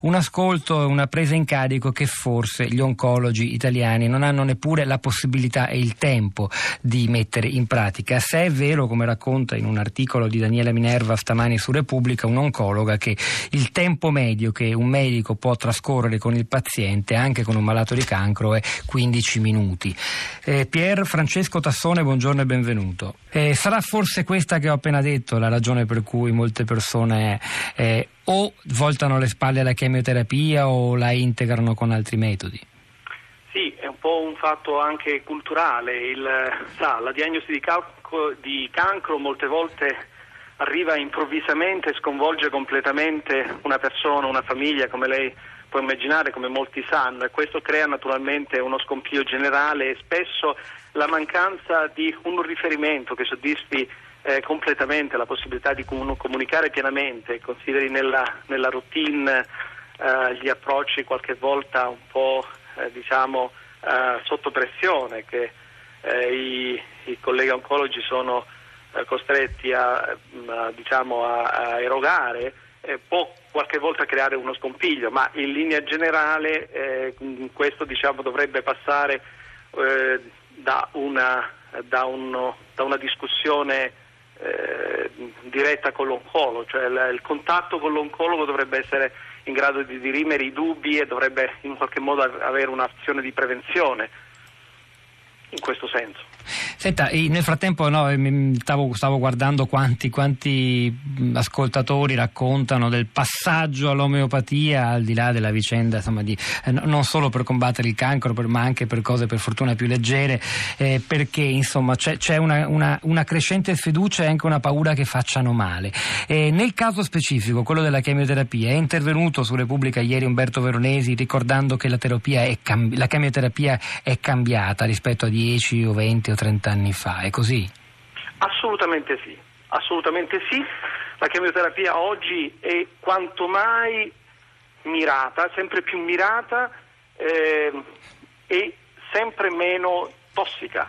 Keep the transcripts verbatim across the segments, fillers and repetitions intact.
Un ascolto e una presa in carico che forse gli oncologi italiani non hanno neppure la possibilità e il tempo di mettere in pratica. Se è vero, come racconta in un articolo di Daniela Minerva stamani su Repubblica, un'oncologa, che il tempo medio che un medico può trascorrere con il paziente, anche con un malato di cancro, è quindici minuti. Eh, Pier Francesco Tassone, buongiorno e benvenuto. Eh, sarà forse questa che ho appena detto la ragione per cui molte persone eh, o voltano le spalle alla chemioterapia o la integrano con altri metodi? Sì, è un po' un fatto anche culturale. Il, sa, la diagnosi di, calco, di cancro molte volte arriva improvvisamente e sconvolge completamente una persona, una famiglia, come lei può immaginare, come molti sanno, e questo crea naturalmente uno scompiglio generale e spesso la mancanza di un riferimento che soddisfi Eh, completamente la possibilità di comunicare pienamente, consideri nella, nella routine eh, gli approcci qualche volta un po' eh, diciamo eh, sotto pressione che eh, i, i colleghi oncologi sono eh, costretti a, a, diciamo, a, a erogare, eh, può qualche volta creare uno scompiglio, ma in linea generale eh, questo diciamo dovrebbe passare eh, da una, da, uno, da una discussione Eh, diretta con l'oncologo, cioè il, il contatto con l'oncologo dovrebbe essere in grado di dirimere i dubbi e dovrebbe in qualche modo avere un'azione di prevenzione in questo senso. Senta, nel frattempo no, stavo, stavo guardando quanti, quanti ascoltatori raccontano del passaggio all'omeopatia, al di là della vicenda, insomma, di, eh, non solo per combattere il cancro, per, ma anche per cose per fortuna più leggere, eh, perché insomma c'è, c'è una, una, una crescente sfiducia e anche una paura che facciano male. Eh, nel caso specifico, quello della chemioterapia, è intervenuto su Repubblica ieri Umberto Veronesi ricordando che la, terapia è cambi- la chemioterapia è cambiata rispetto a dieci o venti o trenta anni fa, è così? Assolutamente sì, assolutamente sì. La chemioterapia oggi è quanto mai mirata, sempre più mirata eh, e sempre meno tossica.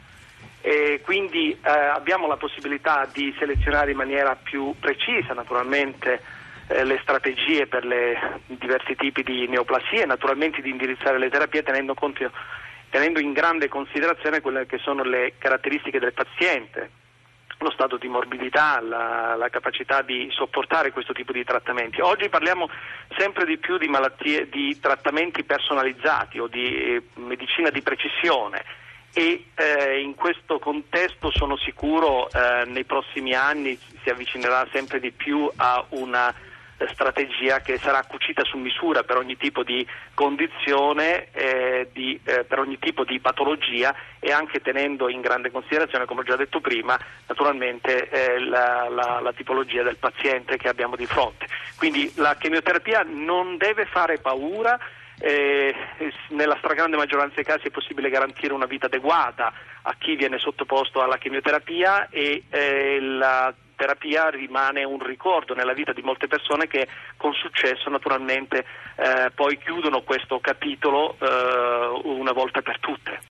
E quindi eh, abbiamo la possibilità di selezionare in maniera più precisa naturalmente eh, le strategie per le diversi tipi di neoplasie, naturalmente di indirizzare le terapie tenendo conto tenendo in grande considerazione quelle che sono le caratteristiche del paziente, lo stato di morbidità, la, la capacità di sopportare questo tipo di trattamenti. Oggi parliamo sempre di più di malattie, di trattamenti personalizzati o di eh, medicina di precisione e eh, in questo contesto sono sicuro eh, nei prossimi anni si avvicinerà sempre di più a una strategia che sarà cucita su misura per ogni tipo di condizione, eh, di, eh, per ogni tipo di patologia e anche tenendo in grande considerazione, come ho già detto prima, naturalmente eh, la, la, la tipologia del paziente che abbiamo di fronte. Quindi la chemioterapia non deve fare paura. Eh, nella stragrande maggioranza dei casi è possibile garantire una vita adeguata a chi viene sottoposto alla chemioterapia e eh, la terapia rimane un ricordo nella vita di molte persone che con successo naturalmente eh, poi chiudono questo capitolo eh, una volta per tutte.